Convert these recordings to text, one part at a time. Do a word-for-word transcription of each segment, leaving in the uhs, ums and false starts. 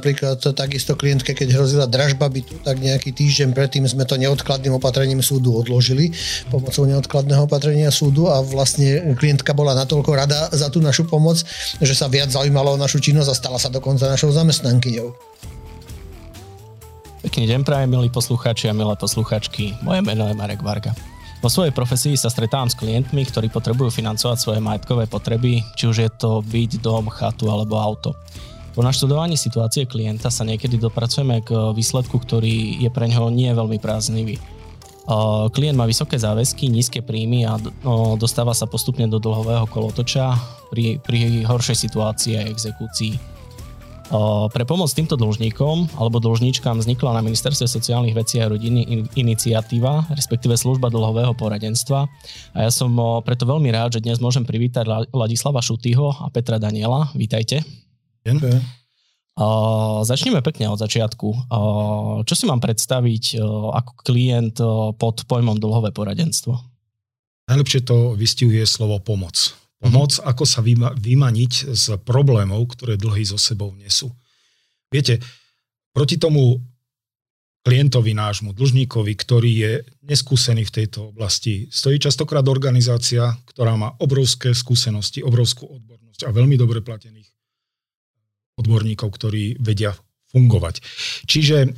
napríklad takisto klientke, keď hrozila dražba bytu, tak nejaký týždeň predtým sme to neodkladným opatrením súdu odložili, pomocou neodkladného opatrenia súdu a vlastne klientka bola natoľko rada za tú našu pomoc, že sa viac zaujímala o našu činnosť a stala sa dokonca našou zamestnankyňou. Pekný deň prajem, milí poslucháči a milé poslucháčky. Moje meno je Marek Varga. Vo svojej profesii sa stretávam s klientmi, ktorí potrebujú financovať svoje majetkové potreby, či už je to byt, dom, chatu alebo auto. Po naštudovaní situácie klienta sa niekedy dopracujeme k výsledku, ktorý je pre ňoho nie veľmi prázdnivý. Klient má vysoké záväzky, nízke príjmy a dostáva sa postupne do dlhového kolotoča pri, pri horšej situácii a exekúcii. Pre pomoc týmto dlžníkom alebo dlžníčkam vznikla na Ministerstve sociálnych vecí a rodiny iniciatíva, respektíve služba dlhového poradenstva. A ja som preto veľmi rád, že dnes môžem privítať Ladislava Šutýho a Petra Daniela. Vítajte. Okay. Uh, začneme pekne od začiatku. Uh, čo si mám predstaviť uh, ako klient uh, pod pojmom dlhové poradenstvo? Najlepšie to vystihuje slovo pomoc. Pomoc, mm-hmm. ako sa vyma- vymaniť z problémov, ktoré dlhy so sebou nesú. Viete, proti tomu klientovi nášmu, dlžníkovi, ktorý je neskúsený v tejto oblasti, stojí častokrát organizácia, ktorá má obrovské skúsenosti, obrovskú odbornosť a veľmi dobre platených odborníkov, ktorí vedia fungovať. Čiže e,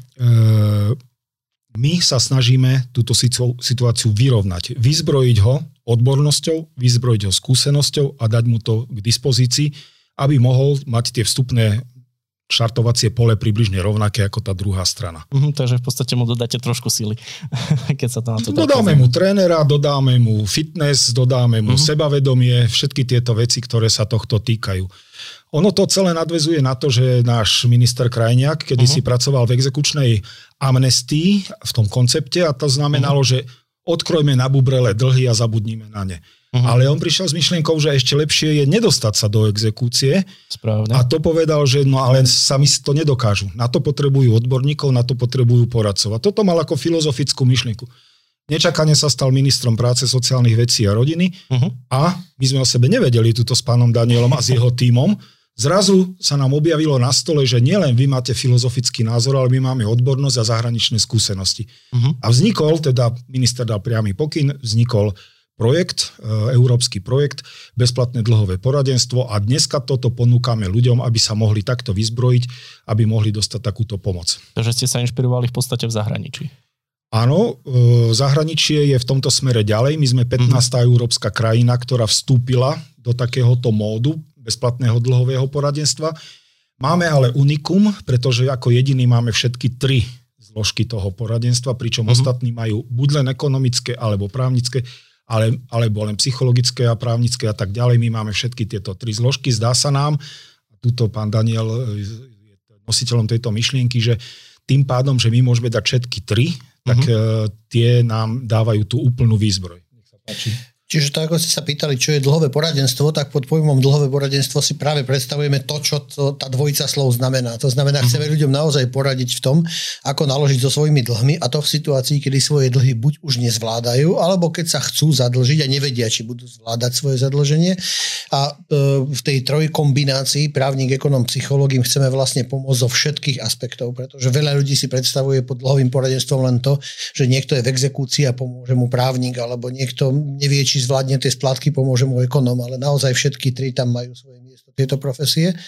my sa snažíme túto situáciu vyrovnať, vyzbrojiť ho odbornosťou, vyzbrojiť ho skúsenosťou a dať mu to k dispozícii, aby mohol mať tie vstupné štartovacie pole približne rovnaké ako tá druhá strana. Mhm, takže v podstate mu dodáte trošku sily, keď sa to na to Dodáme mu trénera, dodáme mu fitness, dodáme mu uh-huh. sebavedomie, všetky tieto veci, ktoré sa tohto týkajú. Ono to celé nadväzuje na to, že náš minister Krajniak kedysi uh-huh. pracoval v exekučnej amnestii v tom koncepte a to znamenalo, uh-huh. že odkrojme na bubrele dlhy a zabudnime na ne. Uh-huh. Ale on prišiel s myšlienkou, že ešte lepšie je nedostať sa do exekúcie. Správne. A to povedal, že no ale sami si to nedokážu. Na to potrebujú odborníkov, na to potrebujú poradcov. A toto mal ako filozofickú myšlienku. Nečakane sa stal ministrom práce, sociálnych vecí a rodiny uh-huh. a my sme o sebe nevedeli túto s pánom Danielom a s jeho tímom. Zrazu sa nám objavilo na stole, že nielen vy máte filozofický názor, ale my máme odbornosť a zahraničné skúsenosti. Uh-huh. A vznikol, teda minister dal priamy pokyn, vznikol projekt, e, európsky projekt, bezplatné dlhové poradenstvo a dneska toto ponúkame ľuďom, aby sa mohli takto vyzbrojiť, aby mohli dostať takúto pomoc. Takže ste sa inšpirovali v podstate v zahraničí. Áno, e, zahraničie je v tomto smere ďalej. My sme pätnásta uh-huh. európska krajina, ktorá vstúpila do takéhoto módu bezplatného dlhového poradenstva. Máme ale unikum, pretože ako jediní máme všetky tri zložky toho poradenstva, pričom uh-huh. ostatní majú buď len ekonomické, alebo právnické, ale, alebo len psychologické a právnické a tak ďalej. My máme všetky tieto tri zložky. Zdá sa nám, a tuto pán Daniel je nositeľom tejto myšlienky, že tým pádom, že my môžeme dať všetky tri, uh-huh. tak uh, tie nám dávajú tú úplnú výzbroj. Nech sa páči. Čiže to, ako ste sa pýtali, čo je dlhové poradenstvo, tak pod pojmom dlhové poradenstvo si práve predstavujeme to, čo to, tá dvojica slov znamená. To znamená, chceme ľuďom naozaj poradiť v tom, ako naložiť so svojimi dlhmi a to v situácii, kedy svoje dlhy buď už nezvládajú, alebo keď sa chcú zadlžiť a nevedia, či budú zvládať svoje zadlženie. A e, v tej trojkombinácii právnik, ekonom, psychológ im chceme vlastne pomôcť zo všetkých aspektov, pretože veľa ľudí si predstavuje pod dlhovým poradenstvom len to, že niekto je v exekúcii a pomôže mu právnik, alebo niekto nevie, či zvládne tie splátky, pomôže mu ekonom, ale naozaj všetky tri tam majú svoje miesto, tieto profesie.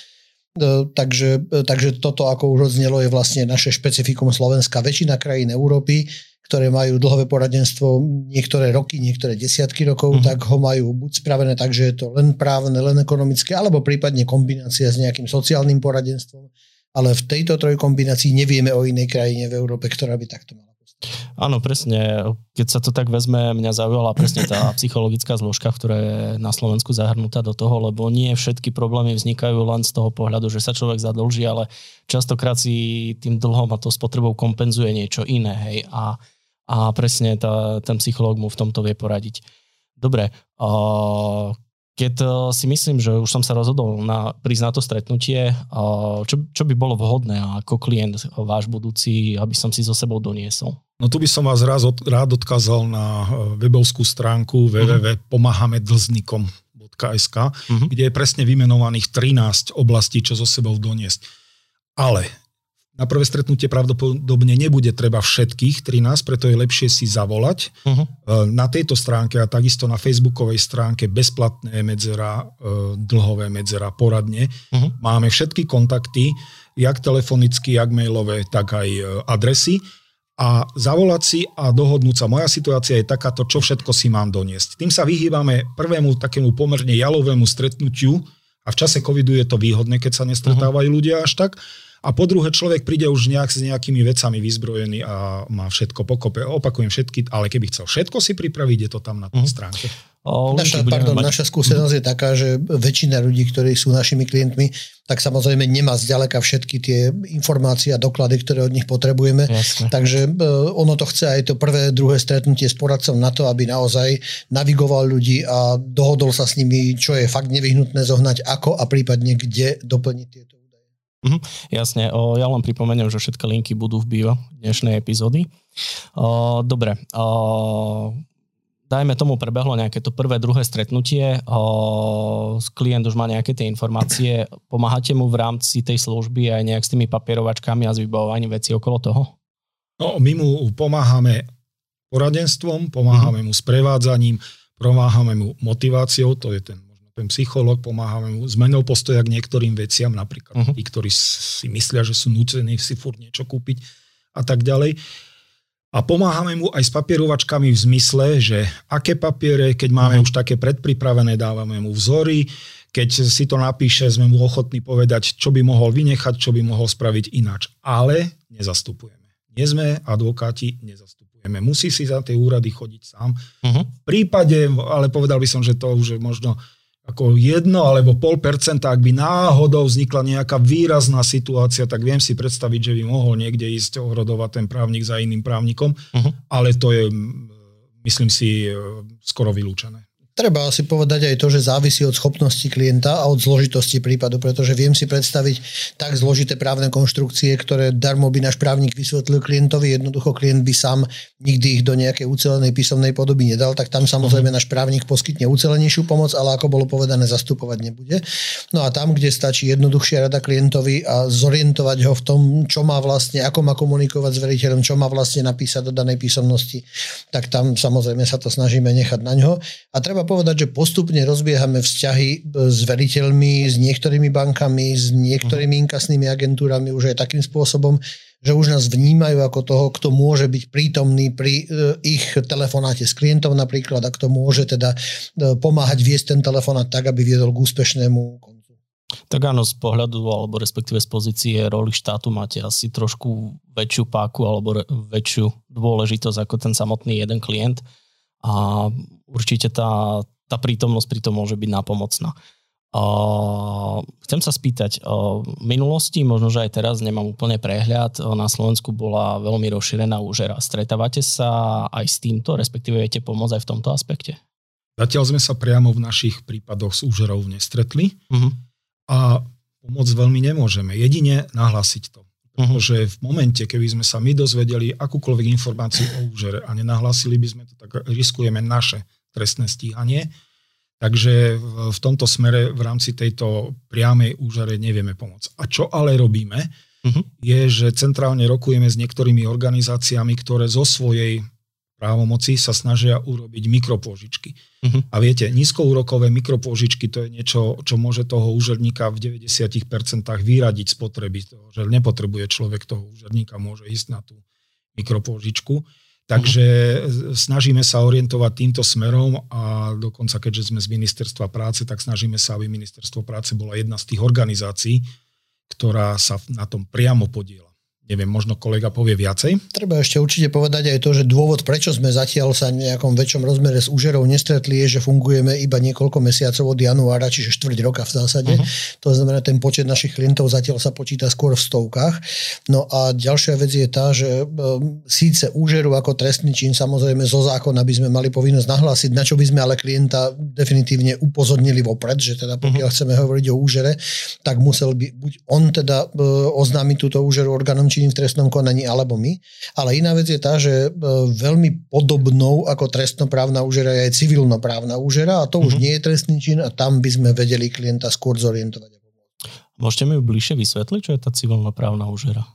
Takže, takže toto, ako už odznelo, je vlastne naše špecifikum Slovenska. Väčšina krajín Európy, ktoré majú dlhové poradenstvo niektoré roky, niektoré desiatky rokov, mm. tak ho majú buď spravené tak, že je to len právne, len ekonomické, alebo prípadne kombinácia s nejakým sociálnym poradenstvom. Ale v tejto trojkombinácii nevieme o inej krajine v Európe, ktorá by takto mala. Áno, presne. Keď sa to tak vezme, mňa zaujala presne tá psychologická zložka, ktorá je na Slovensku zahrnutá do toho, lebo nie všetky problémy vznikajú len z toho pohľadu, že sa človek zadlží, ale častokrát si tým dlhom a to spotrebou kompenzuje niečo iné. Hej. A, a presne tá, ten psychológ mu v tomto vie poradiť. Dobre, uh, keď si myslím, že už som sa rozhodol na, prísť na to stretnutie, čo, čo by bolo vhodné ako klient váš budúci, aby som si so sebou doniesol? No tu by som vás rád, rád odkázal na webovskú stránku w w w bodka pomáhame dlžníkom bodka es ká, uh-huh. kde je presne vymenovaných trinásť oblastí, čo so sebou doniesť. Ale Na prvé stretnutie pravdepodobne nebude treba všetkých trinásť, preto je lepšie si zavolať. Uh-huh. Na tejto stránke a takisto na facebookovej stránke bezplatné medzera, dlhové medzera, poradne. Uh-huh. Máme všetky kontakty, jak telefonicky, jak mailové, tak aj adresy. A zavolať si a dohodnúť sa. Moja situácia je takáto, čo všetko si mám doniesť. Tým sa vyhýbame prvému takému pomerne jalovému stretnutiu a v čase covidu je to výhodné, keď sa nestretávajú uh-huh. ľudia až tak. A po druhé, človek príde už nejak s nejakými vecami vyzbrojený a má všetko pokope. Opakujem všetky, ale keby chcel všetko si pripraviť, je to tam na tej uh-huh. stránke. O, naša, pardon, mať... naša skúsenosť je taká, že väčšina ľudí, ktorí sú našimi klientmi, tak samozrejme nemá zďaleka všetky tie informácie a doklady, ktoré od nich potrebujeme. Jasne. Takže ono to chce aj to prvé, druhé stretnutie s poradcom na to, aby naozaj navigoval ľudí a dohodol sa s nimi, čo je fakt nevyhnutné zohnať, ako a prípadne kde doplniť tieto. Mhm, jasne, o, ja len pripomeniem, že všetky linky budú v bio dnešnej epizódy. O, dobre, o, dajme tomu prebehlo nejaké to prvé, druhé stretnutie, o, klient už má nejaké tie informácie, pomáhate mu v rámci tej služby aj nejak s tými papierovačkami a s vybavovaním vecí okolo toho? No, my mu pomáhame poradenstvom, pomáhame mhm. mu sprevádzaním, pomáhame mu motiváciou, to je ten ten psychológ, pomáhame mu zmenou postoja k niektorým veciam, napríklad uh-huh. tí, ktorí si myslia, že sú nútení si furt niečo kúpiť a tak ďalej. A pomáhame mu aj s papierovačkami v zmysle, že aké papiere, keď máme uh-huh. už také predpripravené, dávame mu vzory, keď si to napíše, sme mu ochotní povedať, čo by mohol vynechať, čo by mohol spraviť ináč. Ale nezastupujeme. Nie sme advokáti, nezastupujeme. Musí si za tie úrady chodiť sám. Uh-huh. V prípade, ale povedal by som, že to už je možno ako jedno alebo pol percenta, ak by náhodou vznikla nejaká výrazná situácia, tak viem si predstaviť, že by mohol niekde ísť ohrodovať ten právnik za iným právnikom, uh-huh. ale to je, myslím si, skoro vylúčené. Treba si povedať aj to, že závisí od schopnosti klienta a od zložitosti prípadu, pretože viem si predstaviť tak zložité právne konštrukcie, ktoré darmo by náš právnik vysvetlil klientovi, jednoducho klient by sám nikdy ich do nejakej ucelenej písomnej podoby nedal, tak tam samozrejme náš právnik poskytne ucelenejšiu pomoc, ale ako bolo povedané, zastupovať nebude. No a tam, kde stačí jednoduchšia rada klientovi a zorientovať ho v tom, čo má vlastne, ako má komunikovať s veriteľom, čo má vlastne napísať do danej písomnosti, tak tam samozrejme sa to snažíme nechať na ňo. A treba povedať, že postupne rozbiehame vzťahy s veriteľmi, s niektorými bankami, s niektorými inkasnými agentúrami už aj takým spôsobom, že už nás vnímajú ako toho, kto môže byť prítomný pri ich telefonáte s klientom napríklad a kto môže teda pomáhať viesť ten telefonát tak, aby viedol k úspešnému koncu. Tak áno, z pohľadu alebo respektíve z pozície roli štátu máte asi trošku väčšiu páku alebo re, väčšiu dôležitosť ako ten samotný jeden klient. A určite tá, tá prítomnosť pri tom môže byť nápomocná. Uh, chcem sa spýtať, uh, v minulosti, možno, že aj teraz nemám úplne prehľad, uh, na Slovensku bola veľmi rozšírená úžera. Stretávate sa aj s týmto, respektíve viete pomôcť aj v tomto aspekte? Zatiaľ sme sa priamo v našich prípadoch s úžerou nestretli uh-huh. a pomôcť veľmi nemôžeme. Jedine nahlásiť to. Pretože v momente, keby sme sa my dozvedeli akúkoľvek informáciu o úžere a nenahlásili by sme to, tak riskujeme naše trestné stíhanie. Takže v tomto smere v rámci tejto priamej úžere nevieme pomôcť. A čo ale robíme, uh-huh. je, že centrálne rokujeme s niektorými organizáciami, ktoré zo svojej právomoci sa snažia urobiť mikropôžičky. Uh-huh. A viete, nízkoúrokové mikropôžičky to je niečo, čo môže toho úžerníka v deväťdesiat percent vyradiť z potreby toho, že nepotrebuje človek toho úžerníka, môže ísť na tú mikropôžičku. Takže uh-huh. snažíme sa orientovať týmto smerom a dokonca, keďže sme z Ministerstva práce, tak snažíme sa, aby Ministerstvo práce bola jedna z tých organizácií, ktorá sa na tom priamo podieľa. Neviem, možno kolega povie viacej. Treba ešte určite povedať aj to, že dôvod, prečo sme zatiaľ sa v nejakom väčšom rozmere s úžerou nestretli, je, že fungujeme iba niekoľko mesiacov od januára, čiže štvrť roka v zásade. Uh-huh. To znamená, ten počet našich klientov zatiaľ sa počíta skôr v stovkách. No a ďalšia vec je tá, že um, síce úžeru ako trestný čin samozrejme zo zákona by sme mali povinnosť nahlásiť, na čo by sme ale klienta definitívne upozornili vopred, že teda pokiaľ uh-huh. chceme hovoriť o úžere, tak musel by buď on teda uh, oznámiť túto úžeru orgánom v trestnom konaní alebo my. Ale iná vec je tá, že veľmi podobnou ako trestnoprávna úžera je aj civilnoprávna úžera a to mm-hmm. už nie je trestný čin a tam by sme vedeli klienta skôr zorientovať. Môžete mi bližšie vysvetliť, čo je tá civilnoprávna úžera?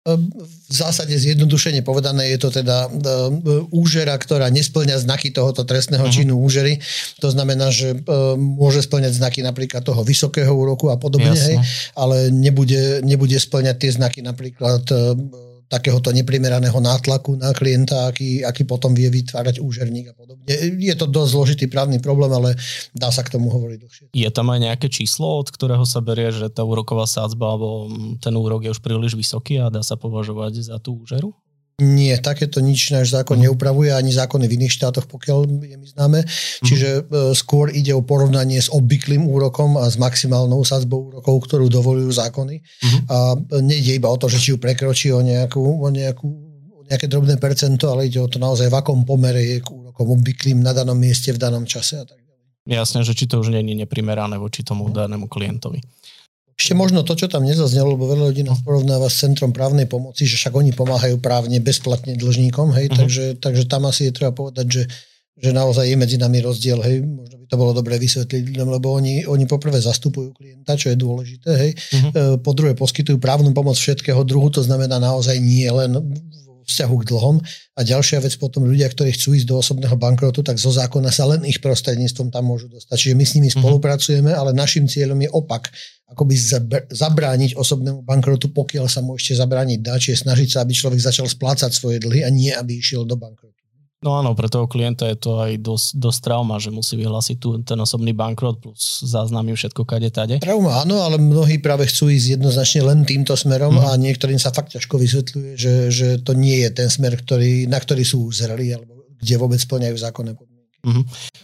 V zásade zjednodušene povedané je to teda úžera, ktorá nespĺňa znaky tohoto trestného činu uh-huh. úžery. To znamená, že môže spĺňať znaky napríklad toho vysokého úroku a podobne, hej, ale nebude, nebude spĺňať tie znaky napríklad takéhoto neprimeraného nátlaku na klienta, aký, aký potom vie vytvárať úžerník a podobne. Je to dosť zložitý právny problém, ale dá sa k tomu hovoriť dlhšie. Je tam aj nejaké číslo, od ktorého sa berie, že tá úroková sádzba alebo ten úrok je už príliš vysoký a dá sa považovať za tú úžeru? Nie, takéto nič náš zákon neupravuje, ani zákony v iných štátoch, pokiaľ je mi známe. Čiže uh-huh. skôr ide o porovnanie s obvyklým úrokom a s maximálnou sadzbou úrokov, ktorú dovolujú zákony. Uh-huh. A nejde iba o to, že či ju prekročí o, nejakú, o, nejakú, o nejaké drobné percento, ale ide o to naozaj, v akom pomere je k úrokom obvyklým na danom mieste v danom čase a tak ďalej. Jasne, že či to už nie je neprimerané voči tomu danému klientovi. Ešte možno to, čo tam nezaznelo, lebo veľa ľudí nás porovnáva s Centrom právnej pomoci, že však oni pomáhajú právne bezplatne dlžníkom, hej, uh-huh. takže, takže tam asi je treba povedať, že, že naozaj je medzi nami rozdiel, hej, možno by to bolo dobre vysvetliť, lebo oni, oni poprvé zastupujú klienta, čo je dôležité, hej, uh-huh. po druhé poskytujú právnu pomoc všetkého druhu, to znamená naozaj nie len vzťahu k dlhom. A ďalšia vec potom ľudia, ktorí chcú ísť do osobného bankrotu, tak zo zákona sa len ich prostredníctvom tam môžu dostať. Čiže my s nimi spolupracujeme, ale našim cieľom je opak. Akoby zabrániť osobnému bankrotu, pokiaľ sa mu ešte zabrániť dá, čiže snažiť sa, aby človek začal splácať svoje dlhy a nie, aby išiel do bankrotu. No áno, pre toho klienta je to aj dosť, dosť trauma, že musí vyhlásiť tu ten osobný bankrot plus záznamy všetko kade tade. Trauma áno, ale mnohí práve chcú ísť jednoznačne len týmto smerom mm. a niektorým sa fakt ťažko vysvetľuje, že, že to nie je ten smer, ktorý, na ktorý sú uzreli alebo kde vôbec splňajú zákonné podmienky. Mm.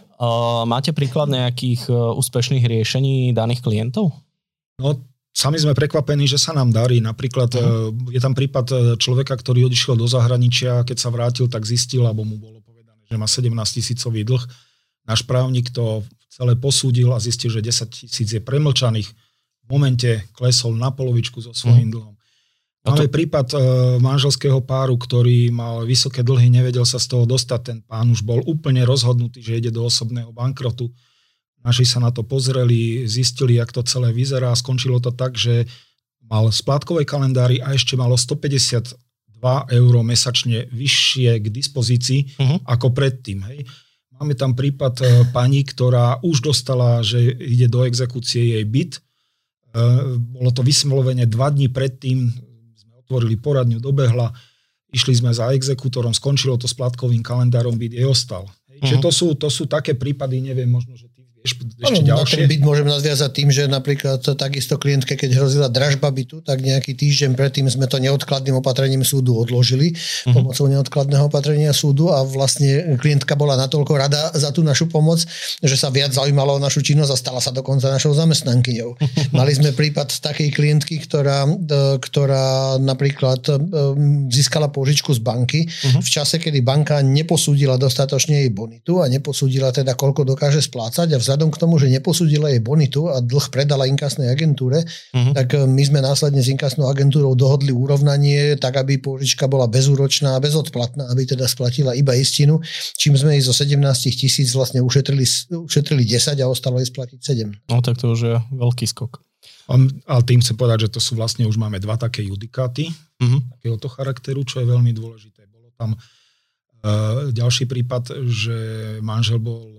Uh, máte príklad nejakých uh, úspešných riešení daných klientov? No, sami sme prekvapení, že sa nám darí. Napríklad uh-huh. je tam prípad človeka, ktorý odišiel do zahraničia, keď sa vrátil, tak zistil, alebo mu bolo povedané, že má sedemnásť tisícový dlh. Náš právnik to celé posúdil a zistil, že desať tisíc je premlčaných. V momente klesol na polovičku so svojím uh-huh. dlhom. Máme to... prípad uh, manželského páru, ktorý mal vysoké dlhy, nevedel sa z toho dostať. Ten pán už bol úplne rozhodnutý, že ide do osobného bankrotu. Naši sa na to pozreli, zistili, jak to celé vyzerá. Skončilo to tak, že mal splátkové kalendári a ešte malo stopäťdesiatdva eur mesačne vyššie k dispozícii uh-huh. ako predtým. Hej. Máme tam prípad e, pani, ktorá už dostala, že ide do exekúcie jej byt. E, bolo to vyslovene dva dní predtým. Sme otvorili poradňu, dobehla. Išli sme za exekútorom, skončilo to splátkovým kalendárom, byt jej ostal. Hej. Uh-huh. Čiže to sú, to sú také prípady, neviem, možno, že ešte ano, ďalšie. Na ten byt môžem nadviazať tým, že napríklad takisto klientke, keď hrozila dražba bytu, tak nejaký týždeň predtým sme to neodkladným opatrením súdu odložili, uh-huh. pomocou neodkladného opatrenia súdu a vlastne klientka bola natoľko rada za tú našu pomoc, že sa viac zaujímala o našu činnosť a stala sa dokonca našou zamestnankyňou. Mali sme prípad takej klientky, ktorá, ktorá napríklad získala pôžičku z banky uh-huh. v čase, kedy banka neposúdila dostatočne jej bonitu a neposúdila teda, koľko dokáže splácať a vzhľadom k tomu, že neposúdila jej bonitu a dlh predala inkasnej agentúre, uh-huh. tak my sme následne s inkasnou agentúrou dohodli urovnanie tak, aby pôžička bola bezúročná a bezodplatná, aby teda splatila iba istinu, čím sme jej zo sedemnásť tisíc vlastne ušetrili, ušetrili desať a ostalo jej splatiť sedem. No tak to už je veľký skok. Ale tým chcem povedať, že to sú vlastne už máme dva také judikáty uh-huh. takéhoto charakteru, čo je veľmi dôležité. Bolo tam uh, ďalší prípad, že manžel bol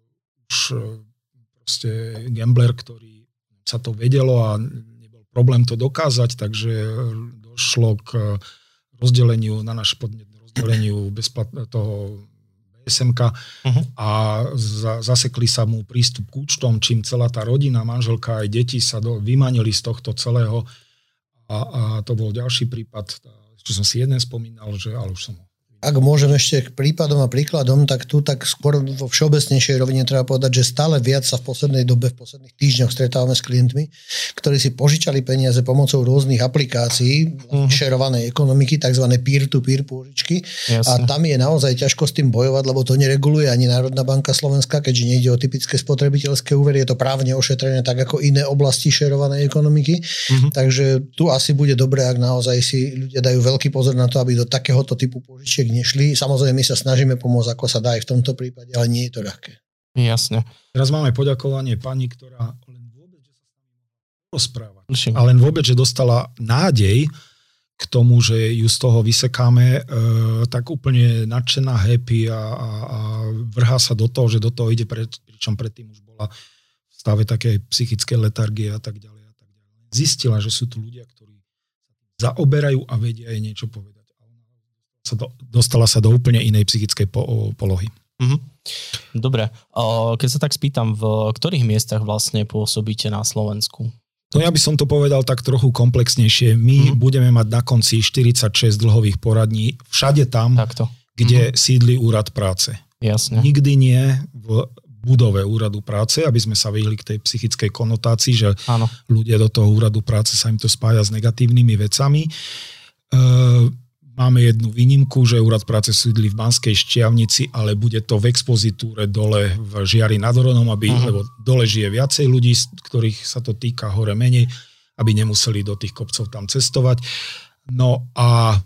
už proste gambler, ktorý sa to vedelo a nebol problém to dokázať, takže došlo k rozdeleniu, na náš podnet rozdeleniu bezplatného toho bé es em ká uh-huh. a za, zasekli sa mu prístup k účtom, čím celá tá rodina, manželka aj deti sa do, vymanili z tohto celého a, a to bol ďalší prípad, čo som si jeden spomínal, že ale už som ho Ak môžem ešte k prípadom a príkladom, tak tu tak skôr vo všeobecnejšej rovine treba povedať, že stále viac sa v poslednej dobe, v posledných týždňoch stretávame s klientmi, ktorí si požičali peniaze pomocou rôznych aplikácií, uh-huh. šerovanej ekonomiky, tzv. Peer-to-peer pôžičky. Jasne. A tam je naozaj ťažko s tým bojovať, lebo to nereguluje ani Národná banka Slovenska, keďže nejde o typické spotrebiteľské úvery, je to právne ošetrené tak ako iné oblasti šerovanej ekonomiky. Uh-huh. Takže tu asi bude dobré, ak naozaj si ľudia dajú veľký pozor na to, aby do takéhoto typu pôžičiek nešli. Samozrejme, my sa snažíme pomôcť, ako sa dá aj v tomto prípade, ale nie je to ľahké. Jasne. Teraz máme poďakovanie pani, ktorá len vôbec, že sa s nami rozpráva. A len vôbec, že dostala nádej, k tomu, že ju z toho vysekáme, e, tak úplne nadšená, happy a, a, a vrhá sa do toho, že do toho ide, pred, pričom predtým už bola v stave takej psychickej letargie a tak ďalej. A tak ďalej. Zistila, že sú tu ľudia, ktorí zaoberajú a vedia jej niečo povedať. Sa do, dostala sa do úplne inej psychickej po, polohy. Mhm. Dobre. Keď sa tak spýtam, v ktorých miestach vlastne pôsobíte na Slovensku? No ja by som to povedal tak trochu komplexnejšie. My mm-hmm. budeme mať na konci štyridsaťšesť dlhových poradní všade tam, Takto. kde mm-hmm. sídli úrad práce. Jasne. Nikdy nie v budove úradu práce, aby sme sa vyhli k tej psychickej konotácii, že Áno. ľudia do toho úradu práce sa im to spája s negatívnymi vecami. E- Máme jednu výnimku, že úrad práce sídli v Banskej Štiavnici, ale bude to v expozitúre dole v Žiari nad Hronom, aby, uh-huh. lebo dole žije viacej ľudí, ktorých sa to týka, hore menej, aby nemuseli do tých kopcov tam cestovať. No a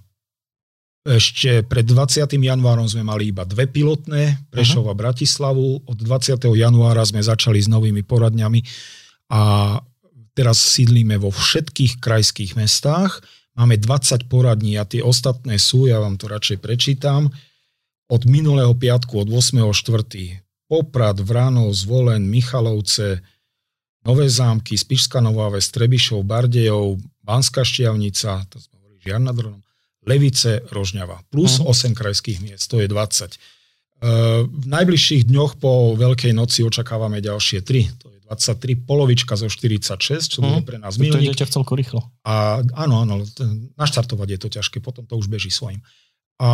ešte pred dvadsiatym januárom sme mali iba dve pilotné, Prešov a Bratislavu. Od dvadsiateho januára sme začali s novými poradňami a teraz sídlíme vo všetkých krajských mestách. Máme dvadsať poradní a tie ostatné sú, ja vám to radšej prečítam, od minulého piatku, od ôsmeho štvrtého Poprad, Vranov, Zvolen, Michalovce, Nové Zámky, Spišská Nová Ves, Trebišov, Bardejov, Banská Štiavnica, to sme hovorili Žiar nad Hronom, Levice, Rožňava, plus uh-huh. osem krajských miest, to je dvadsať. V najbližších dňoch po Veľkej noci očakávame ďalšie tri, to je dvadsaťtri, polovička zo štyridsaťšesť, čo bude pre nás milník. To idete v celku rýchlo. A áno, áno, naštartovať je to ťažké, potom to už beží svojím. A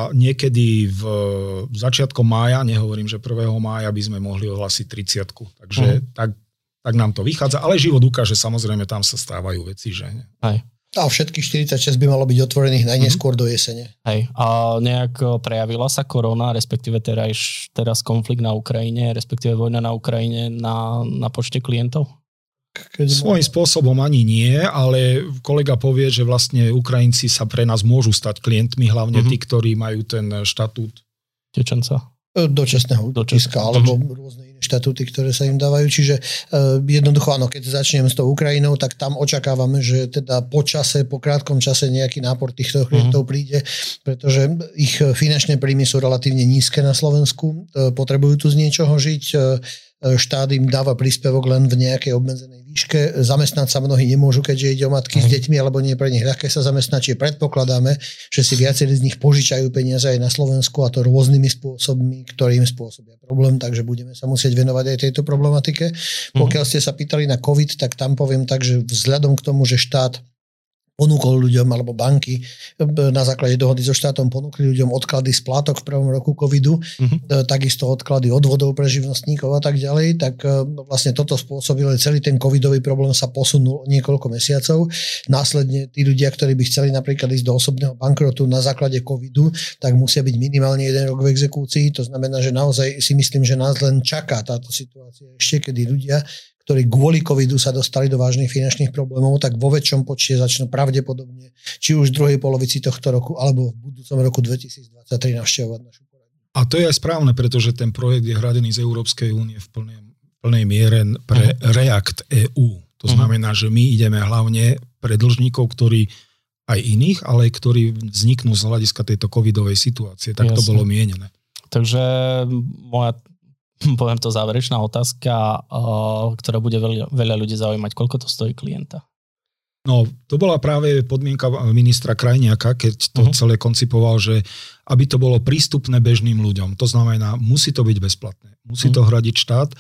niekedy v začiatkom mája, nehovorím, že prvého mája by sme mohli ohlásiť tridsiatku, takže uh-huh. tak, tak nám to vychádza, ale život ukáže, samozrejme tam sa stávajú veci, že nie. Aj. A všetkých štyridsaťšesť by malo byť otvorených najneskôr mm-hmm. do jesene. Hej. A nejak prejavila sa korona, respektíve teraz, teraz konflikt na Ukrajine, respektíve vojna na Ukrajine na, na počte klientov? Keď Svojím má... spôsobom ani nie, ale kolega povie, že vlastne Ukrajinci sa pre nás môžu stať klientmi, hlavne mm-hmm. tí, ktorí majú ten štatút Tečenca. Dočasného útočiska, alebo rôzne iné štatúty, ktoré sa im dávajú. Čiže uh, jednoducho áno, keď začnem s tou Ukrajinou, tak tam očakávame, že teda po čase, po krátkom čase nejaký nápor týchto klientov uh-huh. príde, pretože ich finančné príjmy sú relatívne nízke na Slovensku, uh, potrebujú tu z niečoho žiť, uh, štát im dáva príspevok len v nejakej obmedzenej výške. Zamestnať sa mnohí nemôžu, keďže ide o matky mm. s deťmi, alebo nie je pre nich ľahké sa zamestnať. Čiže predpokladáme, že si viacerí z nich požičajú peniaze aj na Slovensku, a to rôznymi spôsobmi, ktorým spôsobia problém, takže budeme sa musieť venovať aj tejto problematike. Mm. Pokiaľ ste sa pýtali na COVID, tak tam poviem tak, že vzhľadom k tomu, že štát ponúkol ľuďom, alebo banky na základe dohody so štátom ponúkli ľuďom odklady splátok v prvom roku covidu, uh-huh. takisto odklady odvodov pre živnostníkov a tak ďalej, tak vlastne toto spôsobilo, celý ten covidový problém sa posunul niekoľko mesiacov. Následne tí ľudia, ktorí by chceli napríklad ísť do osobného bankrotu na základe covidu, tak musia byť minimálne jeden rok v exekúcii. To znamená, že naozaj si myslím, že nás len čaká táto situácia ešte, kedy ľudia, ktorí kvôli covidu sa dostali do vážnych finančných problémov, tak vo väčšom počte začnú pravdepodobne, či už v druhej polovici tohto roku, alebo v budúcom roku dvetisícdvadsaťtri navštevovať našu poradňu. A to je aj správne, pretože ten projekt je hradený z Európskej únie v plnej, plnej miere pre uh-huh. React é ú. To uh-huh. znamená, že my ideme hlavne pre dlžníkov, ktorí aj iných, ale ktorí vzniknú z hľadiska tejto covidovej situácie. Tak Jasne. To bolo mienené. Takže moja poviem to záverečná otázka, ktorá bude veľa, veľa ľudí zaujímať. Koľko to stojí klienta? No, to bola práve podmienka ministra Krajniaka, keď to uh-huh. celé koncipoval, že aby to bolo prístupné bežným ľuďom. To znamená, musí to byť bezplatné. Musí uh-huh. to hradiť štát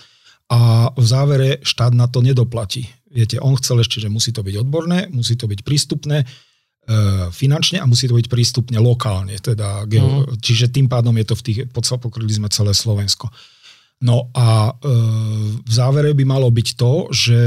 a v závere štát na to nedoplatí. Viete, on chcel ešte, že musí to byť odborné, musí to byť prístupné e, finančne a musí to byť prístupne lokálne. Teda, uh-huh. Čiže tým pádom je to v tých, pokryli sme celé Slovensko. No a e, v závere by malo byť to, že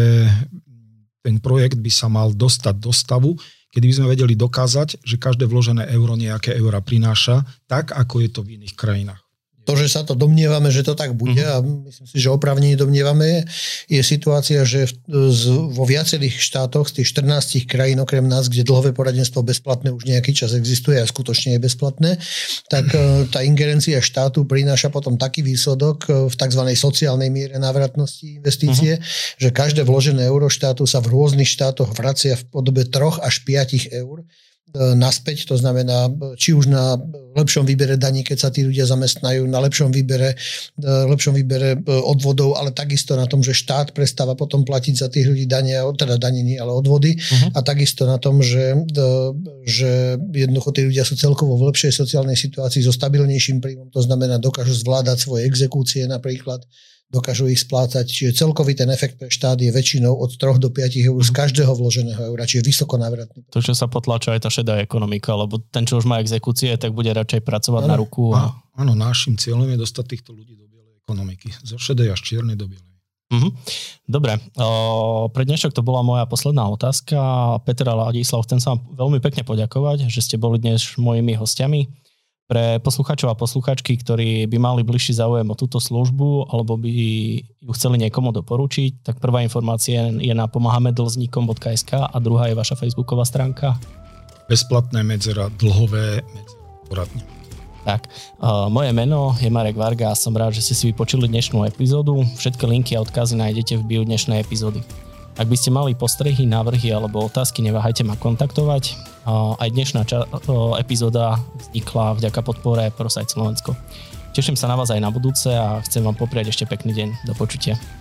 ten projekt by sa mal dostať do stavu, kedy by sme vedeli dokázať, že každé vložené euro nejaké eura prináša, tak ako je to v iných krajinách. To, že sa to domnievame, že to tak bude, uh-huh. a myslím si, že oprávnene domnievame, je situácia, že vo viacerých štátoch z tých štrnástich krajín okrem nás, kde dlhové poradenstvo bezplatné už nejaký čas existuje a skutočne je bezplatné, tak tá ingerencia štátu prináša potom taký výsledok v tzv. Sociálnej miere návratnosti investície, uh-huh. že každé vložené euro štátu sa v rôznych štátoch vracia v podobe troch až piatich eur. naspäť, to znamená, či už na lepšom výbere daní, keď sa tí ľudia zamestnajú, na lepšom výbere, lepšom výbere odvodov, ale takisto na tom, že štát prestáva potom platiť za tých ľudí dane, teda daniny, ale odvody uh-huh. a takisto na tom, že, že jednoducho tí ľudia sú celkovo v lepšej sociálnej situácii so stabilnejším príjmom, to znamená, dokážu zvládať svoje exekúcie napríklad, dokážu ich splácať, čiže celkový ten efekt pre štát je väčšinou od tri do päť eur z každého vloženého eura, čiže vysoko návratný. To, čo sa potláča, je tá šedá ekonomika, lebo ten, čo už má exekúcie, tak bude radšej pracovať ano. na ruku. A... Áno, našim cieľom je dostať týchto ľudí do bielej ekonomiky. Zo šedej až čiernej do bielej. Mhm. Dobre, o, pre dnešok to bola moja posledná otázka. Peter a Ladislav, chcem sa vám veľmi pekne poďakovať, že ste boli dnes mojimi hostiami. Pre poslucháčov a poslucháčky, ktorí by mali bližší záujem o túto službu alebo by ju chceli niekomu doporučiť, tak prvá informácia je na pomáhame dlžníkom bodka es ká a druhá je vaša facebooková stránka. Bezplatné medzera, dlhové medzera, poradne. Tak, uh, moje meno je Marek Varga a som rád, že ste si vypočuli dnešnú epizódu. Všetky linky a odkazy nájdete v bio dnešnej epizódy. Ak by ste mali postrehy, návrhy alebo otázky, neváhajte ma kontaktovať. Aj dnešná ča- epizóda vznikla vďaka podpore ProSite Slovensko. Teším sa na vás aj na budúce a chcem vám popriať ešte pekný deň. Do počutia.